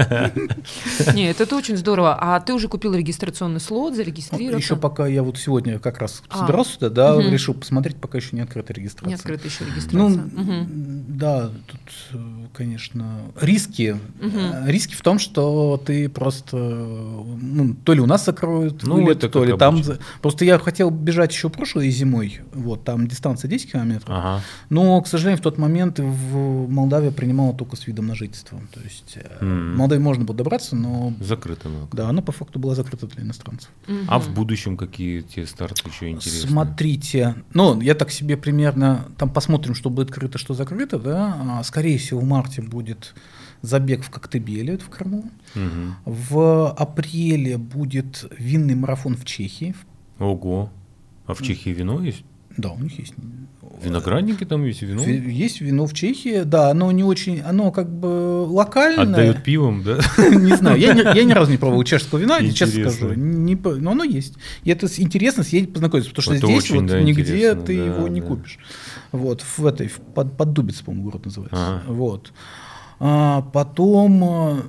Нет, это очень здорово. А ты уже купил регистрационный слот, зарегистрировался? Еще пока я вот сегодня как раз А. собирался сюда, да, Мгм. решил посмотреть, пока еще не открыта регистрация. Не открыта еще регистрация. Ну, Мгм. да, тут, э, конечно, риски. Мгм. Э, Риски в том, что ты просто, ну, то ли у нас закроют Ну, вылет, это то как ли там. обычно. за- Просто я хотел бежать еще прошлой зимой, вот, там дистанция десять километров, Ага. но, к сожалению, в тот момент в Молдавия принимала только с видом на жительство. То есть э, М. в Молдавии можно было добраться, но Закрыто много. да, она по факту была закрыта для иностранцев. А в будущем какие те старты еще интересные? Смотрите, ну, я так себе примерно, там посмотрим, что будет открыто, что закрыто, да, А, скорее всего, в марте будет забег в Коктебеле, это в Крыму, Мгм. в апреле будет винный марафон в Чехии, Ого. А в Чехии вино есть? да, у них есть. Виноградники там есть, вино? Ви- Есть вино в Чехии, да, оно не очень, оно как бы локальное. Отдают пивом, да? Не знаю, я, ни, я ни разу не пробовал чешского вина, я честно Интересно. скажу. Не, по- но оно есть. И это с- интересно съездить познакомиться, потому что Это здесь очень, вот да, нигде интересно, ты да, его не да. купишь. Вот, в этой, в под, Поддубице, по-моему, город называется. Ага. Вот. А, потом э,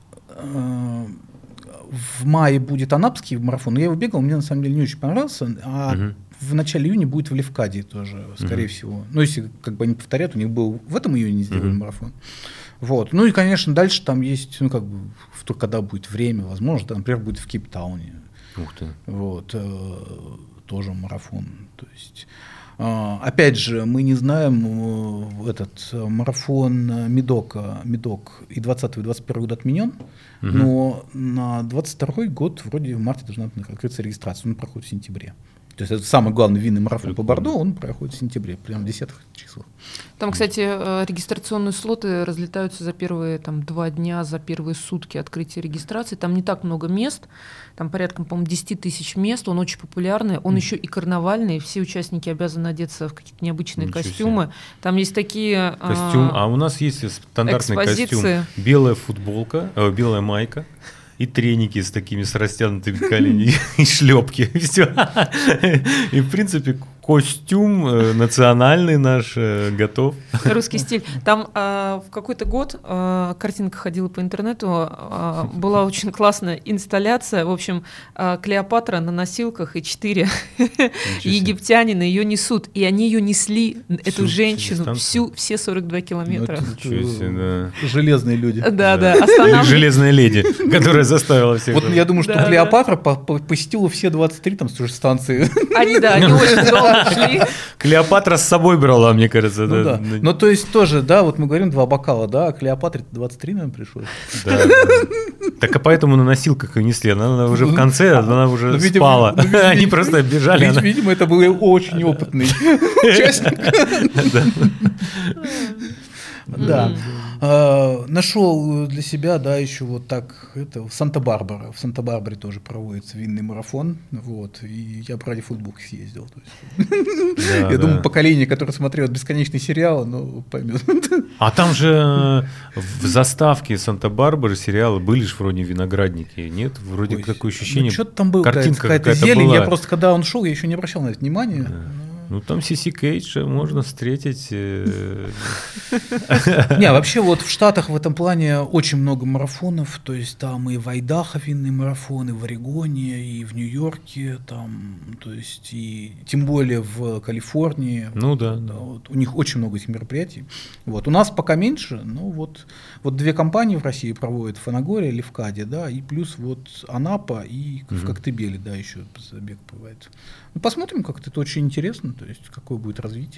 э, в мае будет Анапский марафон. Я его бегал, мне на самом деле не очень понравился. А Мгм. в начале июня будет в Левкаде тоже, скорее Мгм. всего. Ну, если как бы они повторят, у них был в этом июне сделали Мгм. марафон. Вот. Ну и, конечно, дальше там есть, ну, как бы, в то, когда будет время, возможно, там, например, будет в Кейптауне. Ух ты. Вот. э, тоже марафон. То есть, а, опять же, мы не знаем, э, этот э, марафон э, Медока, Медок и двадцатый, и двадцать первый год отменен, Мгм. но на двадцать второй год вроде в марте должна открыться регистрация, он проходит в сентябре. То есть это самый главный винный марафон по Прикольно. Бордо, он проходит в сентябре, прям в десятых числах. Там, кстати, э, регистрационные слоты разлетаются за первые там, два дня, за первые сутки открытия регистрации. Там не так много мест, там порядка, по-моему, десять тысяч мест, он очень популярный, он еще и карнавальный, все участники обязаны одеться в какие-то необычные Ничего костюмы. Там есть такие... Костюм. а, А у нас есть стандартный экспозиции. костюм. Белая футболка, э, белая майка. И треники с такими с растянутыми коленями, и шлепки. И все. И, в принципе, костюм э, национальный наш э, готов. Русский стиль. Там а, в какой-то год а, картинка ходила по интернету, а, была очень классная инсталляция. В общем, а, Клеопатра на носилках и четыре египтянина ее несут. И они ее несли, эту Всю женщину, дистанцию? всю, все сорок два километра. Ну, это, Ничего себе, да. Железные люди. Да, да, Или останавливались. железная леди, которая заставила всех. Вот я думаю, что Да, Клеопатра по- по- посетила все двадцать три там тоже станции. Они, да, они очень долго шли. Клеопатра с собой брала, мне кажется. Ну да. Ну, то есть тоже, да, вот мы говорим два бокала, да, а Клеопатре двадцать три, наверное, пришлось. Да, да. Так а поэтому на носилках и несли. Она, она уже в конце, она уже Ну, видимо, спала. ну, видимо, Они просто бежали. Ведь, она- видимо, это был очень опытный участник. Да. А, Нашел для себя, да, еще вот так, это в Санта-Барбара. В Санта-Барбаре тоже проводится винный марафон, вот, и я бы ради футболки съездил. То есть. Да, Я да. думаю, поколение, которое смотрело бесконечные сериалы, ну, поймет. А там же э, в заставке Санта-Барбары сериала были же вроде виноградники, нет? Вроде Ой, такое ощущение. Ну, что-то там было, картинка какая-то какая-то зелень. была. Я просто, когда он шел, я еще не обращал на это внимания. Ну там Сиси Кейдж можно встретить. э, Не, вообще вот в Штатах в этом плане очень много марафонов, то есть там и в Айдахо винные марафоны, в Орегоне, и в Нью-Йорке, там, то есть и тем более в Калифорнии. Ну да, Да, да. вот, у них очень много этих мероприятий. Вот. У нас пока меньше, но вот, вот две компании в России проводят, Фанагория, Левкаде, да, и плюс вот Анапа и в Мгм. Коктебеле, да, еще забег бывает. Ну, посмотрим как-то, это очень интересно, то есть какое будет развитие.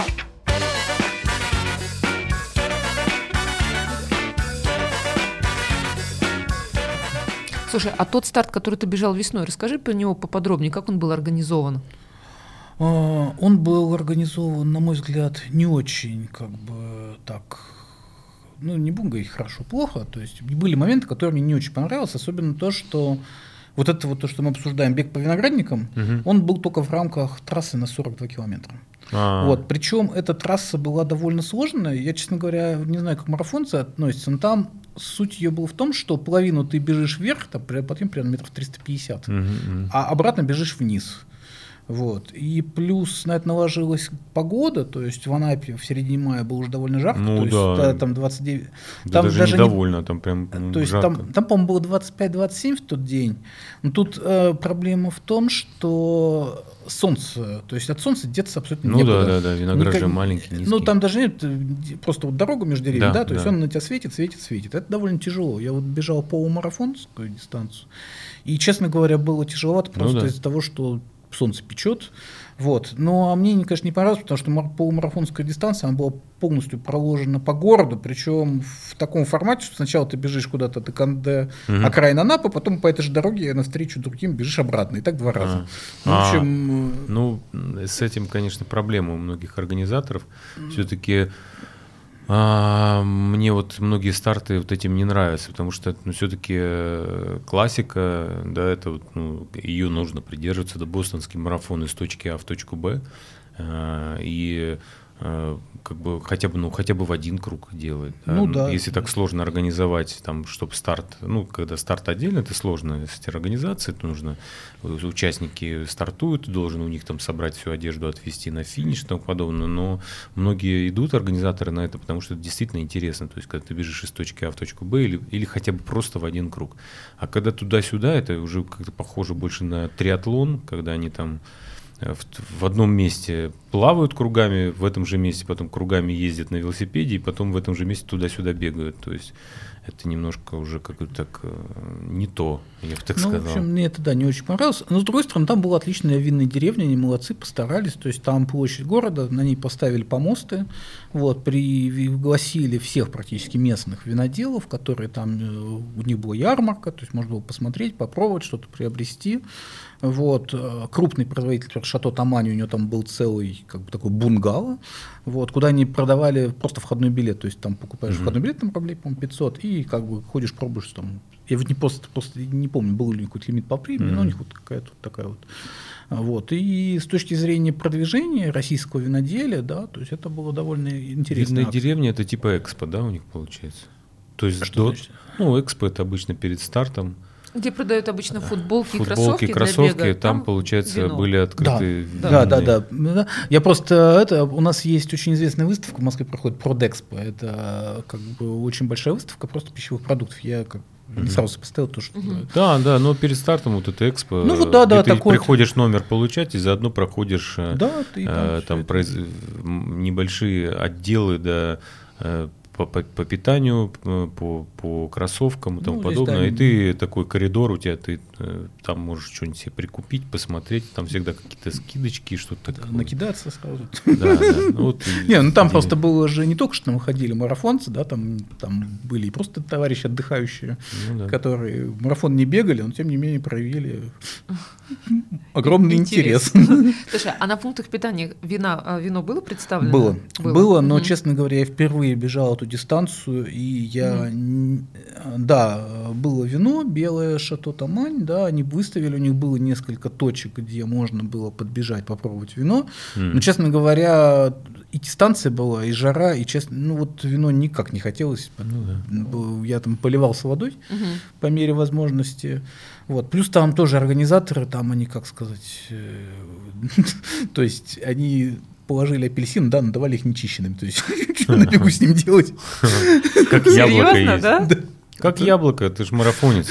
Слушай, а тот старт, который ты бежал весной, расскажи про него поподробнее, как он был организован? А, Он был организован, на мой взгляд, не очень, как бы, так, ну, не буду говорить хорошо-плохо, то есть были моменты, которые мне не очень понравились, особенно то, что вот это вот то, что мы обсуждаем, бег по виноградникам, Мгм. он был только в рамках трассы на сорок два километра. А, Вот, причем эта трасса была довольно сложная, я, честно говоря, не знаю, как марафонцы относятся, но там суть ее была в том, что половину ты бежишь вверх, там, при- потом примерно метров триста пятьдесят, мгм, мгм. а обратно бежишь вниз. Вот. И плюс на это наложилась погода, то есть в Анапе в середине мая было уже довольно жарко, ну, то да. есть там двадцать девять... Да там даже, даже недовольно, не... там прям ну, то есть жарко. Там, там, по-моему, было двадцать пять - двадцать семь в тот день. Но тут э, проблема в том, что солнце, то есть от солнца деться абсолютно ну, некуда. Ну да, да, да, виноград же Никак... маленький, низкий. Ну там даже нет, просто вот дорога между деревьями, да, да, то да. есть он на тебя светит, светит, светит. Это довольно тяжело. Я вот бежал полумарафонскую дистанцию, и, честно говоря, было тяжеловато просто ну, да. из-за того, что солнце печет. Вот. Но мне, конечно, не понравилось, потому что полумарафонская дистанция, она была полностью проложена по городу, причем в таком формате, что сначала ты бежишь куда-то до, до угу. окраин Анапы, потом по этой же дороге навстречу другим бежишь обратно, и так два раза. А. Ну, в общем... а, ну, с этим, конечно, проблема у многих организаторов. Mm. Все-таки а, мне вот многие старты вот этим не нравятся, потому что ну, все-таки классика, да, это вот, ну, ее нужно придерживаться, это бостонский марафон из точки А в точку Б, а, и а, как бы хотя бы, ну, хотя бы в один круг делать. Да? Ну, да. Если так сложно организовать, там, чтобы старт, ну, когда старт отдельно, это сложно, с этой организацией, это нужно, участники стартуют, должен у них там собрать всю одежду, отвезти на финиш и тому подобное, но многие идут, организаторы, на это, потому что это действительно интересно, то есть когда ты бежишь из точки А в точку Б или, или хотя бы просто в один круг. А когда туда-сюда, это уже как-то похоже больше на триатлон, когда они там В, в одном месте плавают кругами, в этом же месте потом кругами ездят на велосипеде, и потом в этом же месте туда-сюда бегают. То есть это немножко уже как-то так не то, я бы так ну, сказал. В общем, мне это, да, не очень понравилось. Но, с другой стороны, там была отличная винная деревня, они молодцы, постарались. То есть там площадь города, на ней поставили помосты, вот, пригласили всех практически местных виноделов, которые там, у них была ярмарка, то есть можно было посмотреть, попробовать, что-то приобрести. Вот, крупный производитель Шато Тамани, у него там был целый как бы такой бунгало, вот, куда они продавали просто входной билет, то есть там покупаешь mm-hmm. входной билет, там рублей, по-моему, пятьсот, и как бы ходишь, пробуешь там. Я вот не просто, просто не помню, был ли какой-то лимит по премии, mm-hmm. но у них вот какая-то вот такая вот. Вот. И с точки зрения продвижения российского виноделия, да, то есть это было довольно интересно. Винная деревня это типа экспо, да, у них получается? То есть а до, ну, экспо это обычно перед стартом. Где продают обычно футболки, футболки кроссовки, кроссовки, для бега. там, там получается, вино. были открыты. Да, да, да, да. Я просто это у нас есть очень известная выставка в Москве проходит Продэкспо. Это как бы очень большая выставка просто пищевых продуктов. Я как не сразу поставил то, что. Uh-huh. Да, да, но перед стартом вот это экспо, ну, вот, да, да, ты такой... приходишь номер получать и заодно проходишь да, ты э, там, там произ... небольшие отделы, да. Э, По, по, по питанию, по, по кроссовкам и тому ну, подобное. Здесь, да, и ты такой коридор у тебя, ты там можешь что-нибудь себе прикупить, посмотреть, там всегда какие-то скидочки, что-то да, такое. Накидаться сразу. Да, да. Ну, вот не, ну там просто было же не только что там выходили марафонцы, да, там, там были и просто товарищи отдыхающие, ну, да. которые марафон не бегали, но тем не менее проявили огромный интерес. Слушай, а на пунктах питания вина, вино было представлено? Было, было, было но, mm-hmm. честно говоря, я впервые бежал эту дистанцию, и я, mm-hmm. да, было вино, белое Шато Тамань, да, они выставили, у них было несколько точек, где можно было подбежать, попробовать вино, mm-hmm. но, честно говоря, и дистанция была, и жара, и, честно, ну вот вино никак не хотелось, ну, да. я там поливался водой mm-hmm. по мере возможности, вот, плюс там тоже организаторы, там они, как сказать, то есть они... положили апельсин, да, но давали их нечищенными. То есть, что на бегу с ним делать? Как яблоко есть. Как яблоко, ты же марафонец.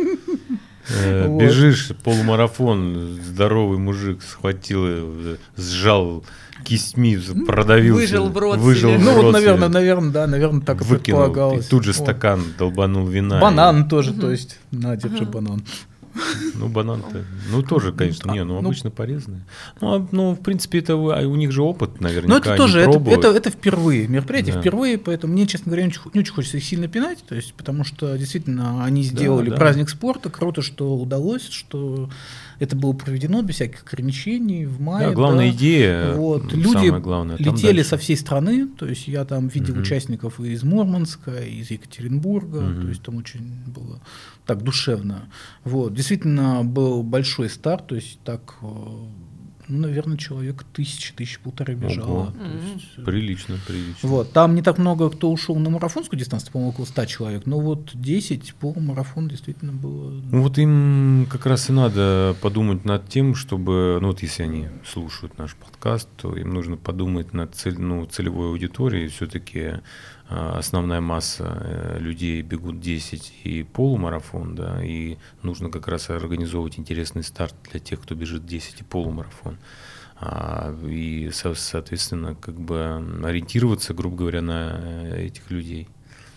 Бежишь, полумарафон, здоровый мужик схватил, сжал кистьми, продавился. Выжил в рот. Выжил ну, вот, наверное, наверное, да, наверное, так и предполагалось. И тут же стакан долбанул вина. Банан тоже, то есть, на, держи банан. Ну, банан-то, ну, тоже, конечно, не, ну, обычно полезные. Ну, ну, в принципе, это у них же опыт, наверняка. Ну, это тоже, это, это, это впервые, мероприятие да. впервые, поэтому мне, честно говоря, не очень хочется их сильно пинать, то есть, потому что, действительно, они сделали да, да. праздник спорта, круто, что удалось, что это было проведено без всяких ограничений в мае. Да, главная да. идея, вот. Люди главное, летели со всей страны, то есть я там видел угу. участников из Мурманска, из Екатеринбурга, угу. то есть там очень было так душевно. Вот. Действительно был большой старт, то есть так ну, наверное, человек тысячи, тысячи полторы бежало. Mm-hmm. Прилично, прилично. Вот. Там не так много кто ушел на марафонскую дистанцию, по-моему, около ста человек, но вот десять полумарафон действительно было. Ну вот им как раз и надо подумать над тем, чтобы, ну вот если они слушают наш подкаст, то им нужно подумать над цель, ну, целевой аудиторией. Все-таки основная масса людей бегут десять и полумарафон, да, и нужно как раз организовывать интересный старт для тех, кто бежит десять и полумарафон. А, и, соответственно, как бы ориентироваться, грубо говоря, на этих людей.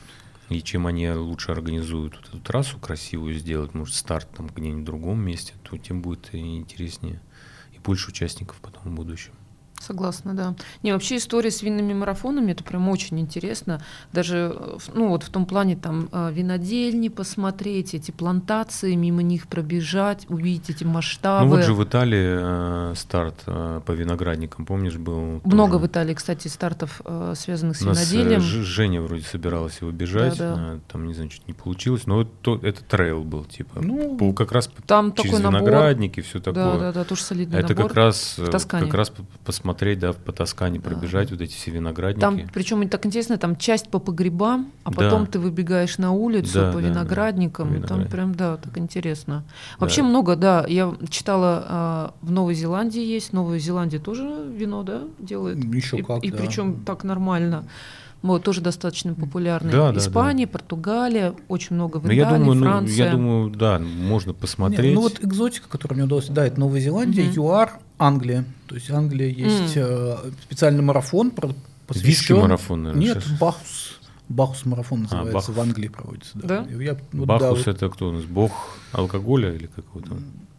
И чем они лучше организуют вот эту трассу красивую сделать, может, старт там где-нибудь в другом месте, то тем будет и интереснее, и больше участников потом в будущем. Согласна, да. Не, вообще история с винными марафонами, это прям очень интересно. Даже, ну вот в том плане, там, винодельни посмотреть, эти плантации, мимо них пробежать, увидеть эти масштабы. Ну вот же в Италии э, старт э, по виноградникам, помнишь, был? Много тоже. В Италии, кстати, стартов, э, связанных с У нас виноделием. Ж- Женя вроде собиралась его бежать, Да, да. А, там, не знаю, чуть не получилось, но вот то, это трейл был, типа, Ну, по, как раз там через такой набор. виноградники, все такое. Да, да, да, тоже солидный Это набор. как раз, в Тоскане. как раз посмотреть, да, по Тоскане пробежать, вот эти все виноградники. Там, причем так интересно, там часть по погребам, а Да. потом ты выбегаешь на улицу Да, по да, виноградникам, да, и там виноград. прям, да, так интересно. Да. Вообще много, да, я читала, а, в Новой Зеландии есть, Новая Зеландия тоже вино, да, делает? Еще и, как, и да. причем так нормально. Вот, тоже достаточно популярны. Да, да, Испания, Португалия, очень много в Ну, Италии, я думаю, ну, Франция. я думаю, да, можно посмотреть. Не, ну вот экзотика, которая мне удалось, да, это Новая Зеландия, Мгм. ЮАР, Англия. То есть Англия есть М. э, специальный марафон, про- посвящен... Виски-марафон, наверное, Нет, сейчас. Бахус. Бахус-марафон называется, Бахус. в Англии проводится. Да? И я, вот, Бахус да, это кто у нас? Бог алкоголя или какого-то?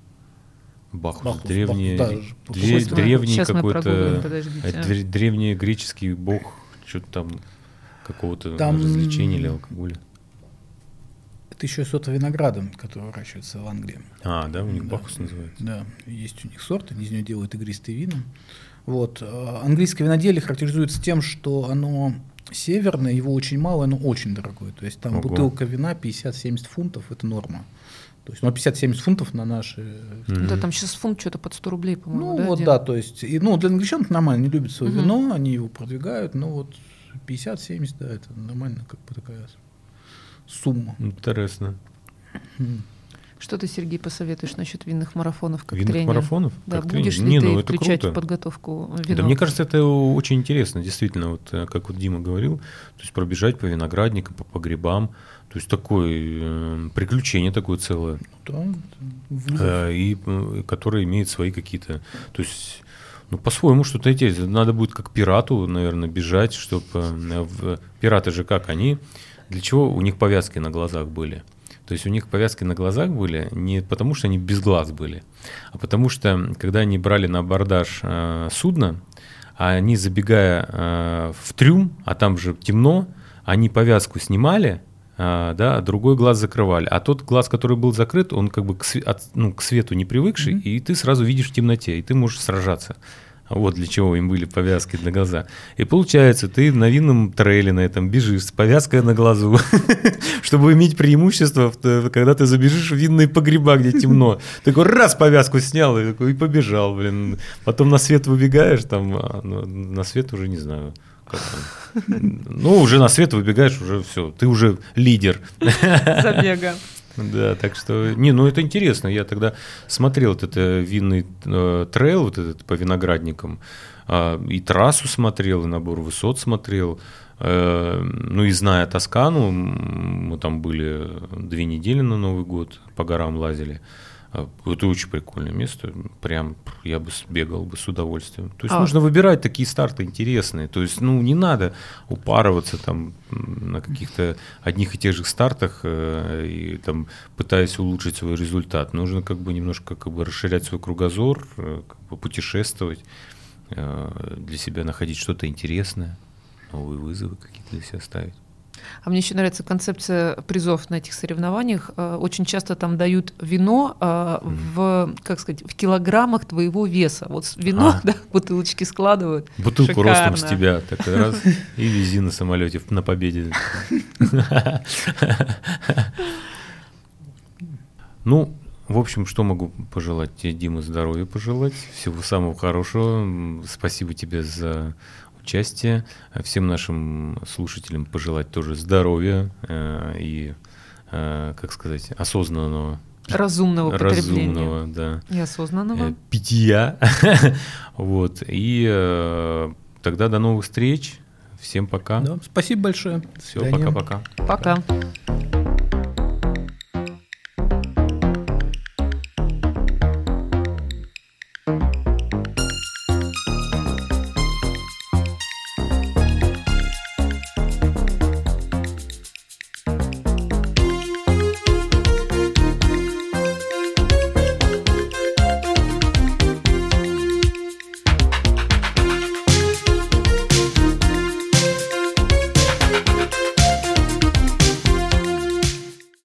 Бахус, Бахус, древний, Бахус, да, дре- Сейчас мы- древний сейчас мы прогуглим, какой-то, подождите, э, а. дре- древний греческий бог, что-то там какого-то Там- развлечения или алкоголя. это еще сорт винограда, который выращивается в Англии. А, да, у них Да. Бахус называется. Да, есть у них сорт, они из него делают игристые вина. Вот. э, Английское виноделие характеризуется тем, что оно северное, его очень мало, оно очень дорогое. То есть там Ого. бутылка вина пятьдесят-семьдесят фунтов, это норма. То есть, ну, пятьдесят-семьдесят фунтов на наши... Мгм. Да, там сейчас фунт что-то под сто рублей, по-моему, Ну, да, вот где? да, то есть, и, ну, для англичан это нормально, они любят свое Мгм. вино, они его продвигают, но вот пятьдесят-семьдесят, да, это нормально, как бы такая сумма. Интересно. Что ты, Сергей, посоветуешь насчет винных марафонов как Винных тренер? марафонов? Да, Как будешь тренер? ли Не, ты ну, это включать круто. в подготовку вино? Да, мне кажется, это очень интересно, действительно, вот э, как вот Дима говорил, то есть пробежать по виноградникам, по погребам, то есть такое э, приключение такое целое, Да, это вызов. э, и э, которое имеет свои какие-то, то есть, ну, по-своему что-то интересное. Надо будет как пирату, наверное, бежать, чтобы... Пираты же как, они... Для чего у них повязки на глазах были? То есть у них повязки на глазах были не потому, что они без глаз были, а потому что, когда они брали на абордаж э, судно, а они, забегая э, в трюм, а там же темно, они повязку снимали, э, да, а другой глаз закрывали. А тот глаз, который был закрыт, он как бы к, све- от- ну, к свету не привыкший, Мгм. и ты сразу видишь в темноте, и ты можешь сражаться. Вот для чего им были повязки на глаза. И получается, ты на винном трейле на этом бежишь с повязкой на глазу, чтобы иметь преимущество, в- когда ты забежишь в винные погреба, где темно. Такой раз повязку снял и, такой, и побежал, блин. Потом на свет выбегаешь, там, а, ну, на свет уже не знаю. Как там. Ну, уже на свет выбегаешь, уже все, ты уже лидер. Забега. Да, так что, не, ну это интересно. Я тогда смотрел вот это винный э, трейл, вот этот по виноградникам, э, и трассу смотрел, и набор высот смотрел. Э, ну и зная Тоскану, м, мы там были две недели на Новый год, по горам лазили. Э, Это очень прикольное место, прям я бы сбегал бы с удовольствием. То есть А- нужно выбирать такие старты интересные. То есть, ну, не надо упарываться там м, на каких-то одних и тех же стартах э, и там пытаясь улучшить свой результат. Нужно как бы немножко как бы расширять свой кругозор, э, как бы путешествовать, э, для себя находить что-то интересное, новые вызовы какие-то для себя ставить. А мне еще нравится концепция призов на этих соревнованиях. Э, Очень часто там дают вино э, в, как сказать, в килограммах твоего веса. Вот с- вино, А. да, бутылочки складывают. Бутылку Шикарно. ростом с тебя, так раз, и вези на самолете на победе. Ну, В общем, что могу пожелать тебе, Дима, здоровья пожелать, всего самого хорошего. Спасибо тебе за участие. Всем нашим слушателям пожелать тоже здоровья э, и, э, как сказать, осознанного, разумного потребления. Разумного, да. И осознанного. Э, питья. Вот. И э, тогда до новых встреч. Всем пока. Да, спасибо большое. Все, пока-пока. Пока.